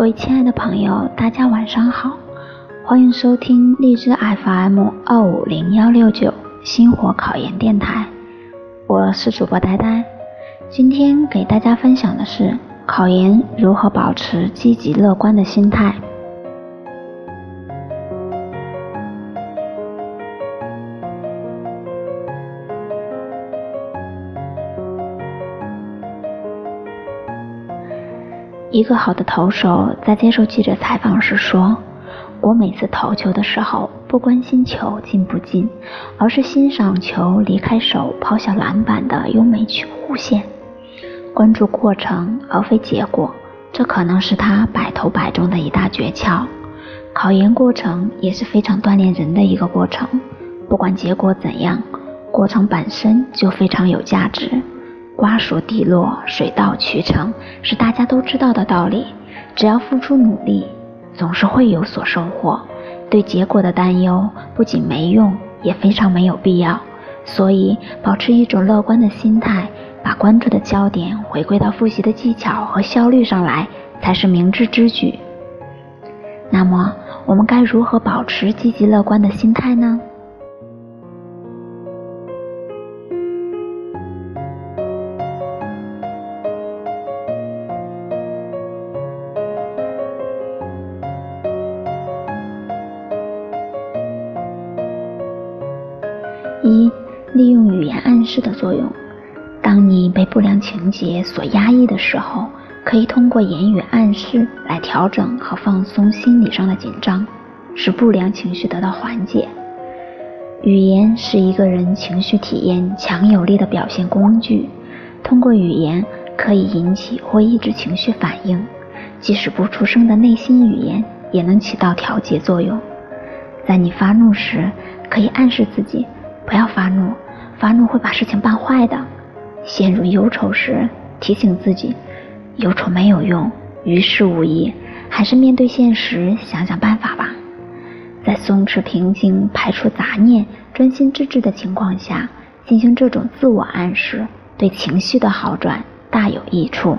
位亲爱的朋友，大家晚上好，欢迎收听荔枝 FM250169 星火考研电台，我是主播呆呆。今天给大家分享的是考研如何保持积极乐观的心态。一个好的投手在接受记者采访时说，我每次投球的时候不关心球进不进，而是欣赏球离开手抛向篮板的优美弧线，关注过程而非结果，这可能是他百投百中的一大诀窍。考研过程也是非常锻炼人的一个过程，不管结果怎样，过程本身就非常有价值。瓜熟蒂落，水到渠成是大家都知道的道理，只要付出努力，总是会有所收获。对结果的担忧不仅没用，也非常没有必要。所以保持一种乐观的心态，把关注的焦点回归到复习的技巧和效率上来，才是明智之举。那么我们该如何保持积极乐观的心态呢？一、利用语言暗示的作用。当你被不良情节所压抑的时候，可以通过言语暗示来调整和放松心理上的紧张，使不良情绪得到缓解。语言是一个人情绪体验强有力的表现工具，通过语言可以引起或抑制情绪反应，即使不出声的内心语言也能起到调节作用。在你发怒时，可以暗示自己不要发怒，发怒会把事情办坏的。陷入忧愁时，提醒自己忧愁没有用，于事无益，还是面对现实，想想办法吧。在松弛平静、排除杂念、专心致志的情况下，进行这种自我暗示，对情绪的好转大有益处。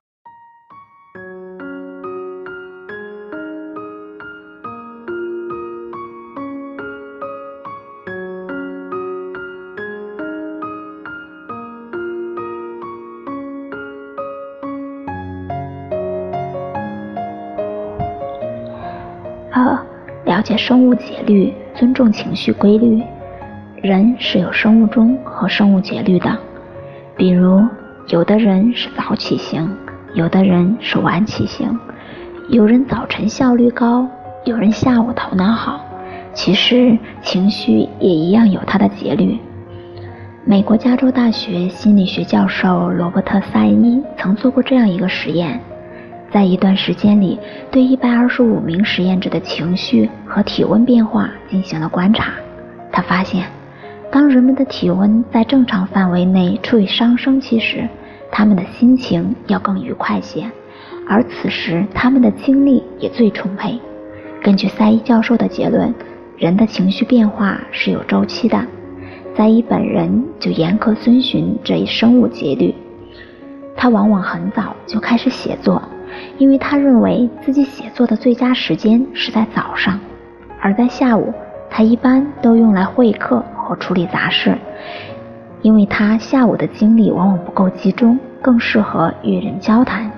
二、了解生物节律，尊重情绪规律。人是有生物钟和生物节律的，比如有的人是早起型，有的人是晚起型，有人早晨效率高，有人下午头脑好。其实情绪也一样有它的节律。美国加州大学心理学教授罗伯特·塞伊曾做过这样一个实验，在一段时间里，对125名实验者的情绪和体温变化进行了观察。他发现，当人们的体温在正常范围内处于上升期时，他们的心情要更愉快些，而此时他们的精力也最充沛。根据塞伊教授的结论，人的情绪变化是有周期的。塞伊本人就严格遵循这一生物节律，他往往很早就开始写作，因为他认为自己写作的最佳时间是在早上，而在下午他一般都用来会客或处理杂事，因为他下午的精力往往不够集中，更适合与人交谈。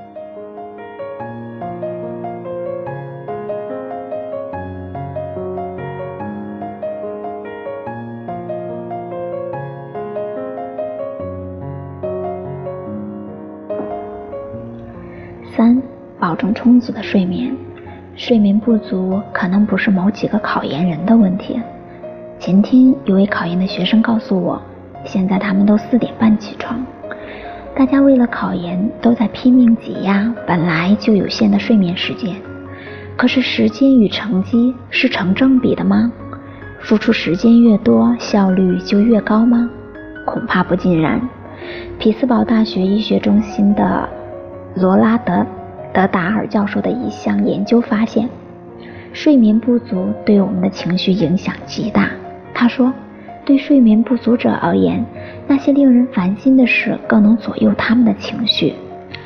三、保证充足的睡眠。睡眠不足可能不是某几个考研人的问题。前天有位考研的学生告诉我，现在他们都4点半起床。大家为了考研都在拼命挤压本来就有限的睡眠时间，可是时间与成绩是成正比的吗？付出时间越多，效率就越高吗？恐怕不尽然。匹兹堡大学医学中心的罗拉德达尔教授的一项研究发现，睡眠不足对我们的情绪影响极大。他说，对睡眠不足者而言，那些令人烦心的事更能左右他们的情绪。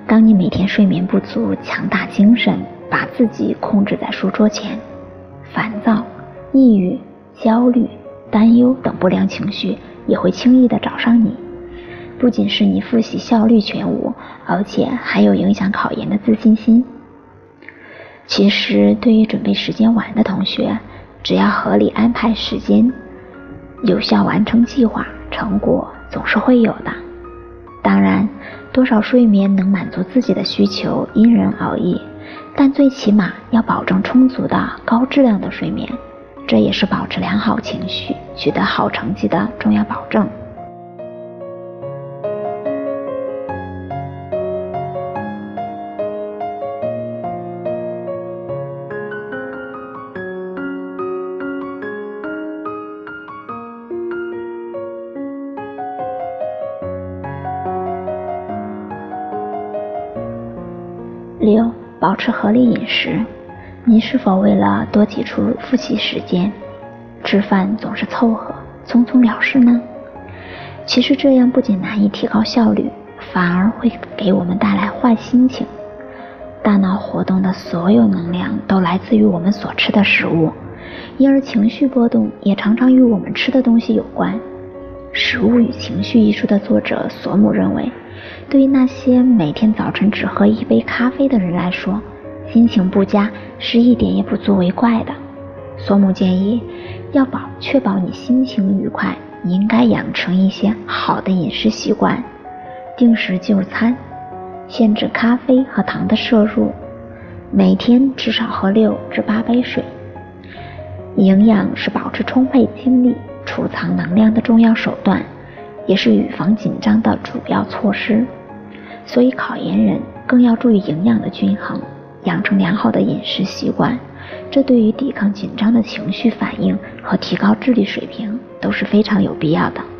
当你每天睡眠不足，强大精神，把自己控制在书桌前，烦躁、抑郁、焦虑、担忧等不良情绪也会轻易地找上你。不仅是你复习效率全无，而且还有影响考研的自信心。其实对于准备时间晚的同学，只要合理安排时间，有效完成计划，成果总是会有的。当然，多少睡眠能满足自己的需求因人而异，但最起码要保证充足的高质量的睡眠，这也是保持良好情绪、取得好成绩的重要保证。6. 保持合理饮食。你是否为了多挤出复习时间，吃饭总是凑合，匆匆了事呢？其实这样不仅难以提高效率，反而会给我们带来坏心情。大脑活动的所有能量都来自于我们所吃的食物，因而情绪波动也常常与我们吃的东西有关。《食物与情绪》一书的作者索姆认为，对于那些每天早晨只喝一杯咖啡的人来说，心情不佳是一点也不足为怪的。索姆建议，要确保你心情愉快，你应该养成一些好的饮食习惯，定时就餐，限制咖啡和糖的摄入，每天至少喝6至8杯水。营养是保持充沛精力、储藏能量的重要手段，也是预防紧张的主要措施。所以考研人更要注意营养的均衡，养成良好的饮食习惯，这对于抵抗紧张的情绪反应和提高智力水平都是非常有必要的。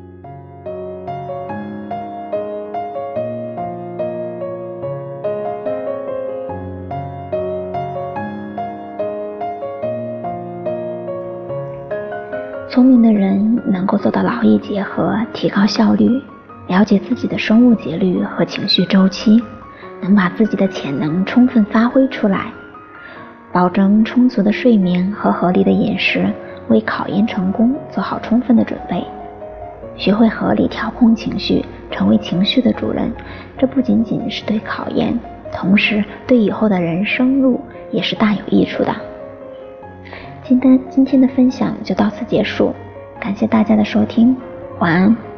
聪明的人能够做到劳逸结合，提高效率，了解自己的生物节律和情绪周期，能把自己的潜能充分发挥出来，保证充足的睡眠和合理的饮食，为考研成功做好充分的准备。学会合理调控情绪，成为情绪的主人，这不仅仅是对考研，同时对以后的人生路也是大有益处的。今天的分享就到此结束，感谢大家的收听，晚安。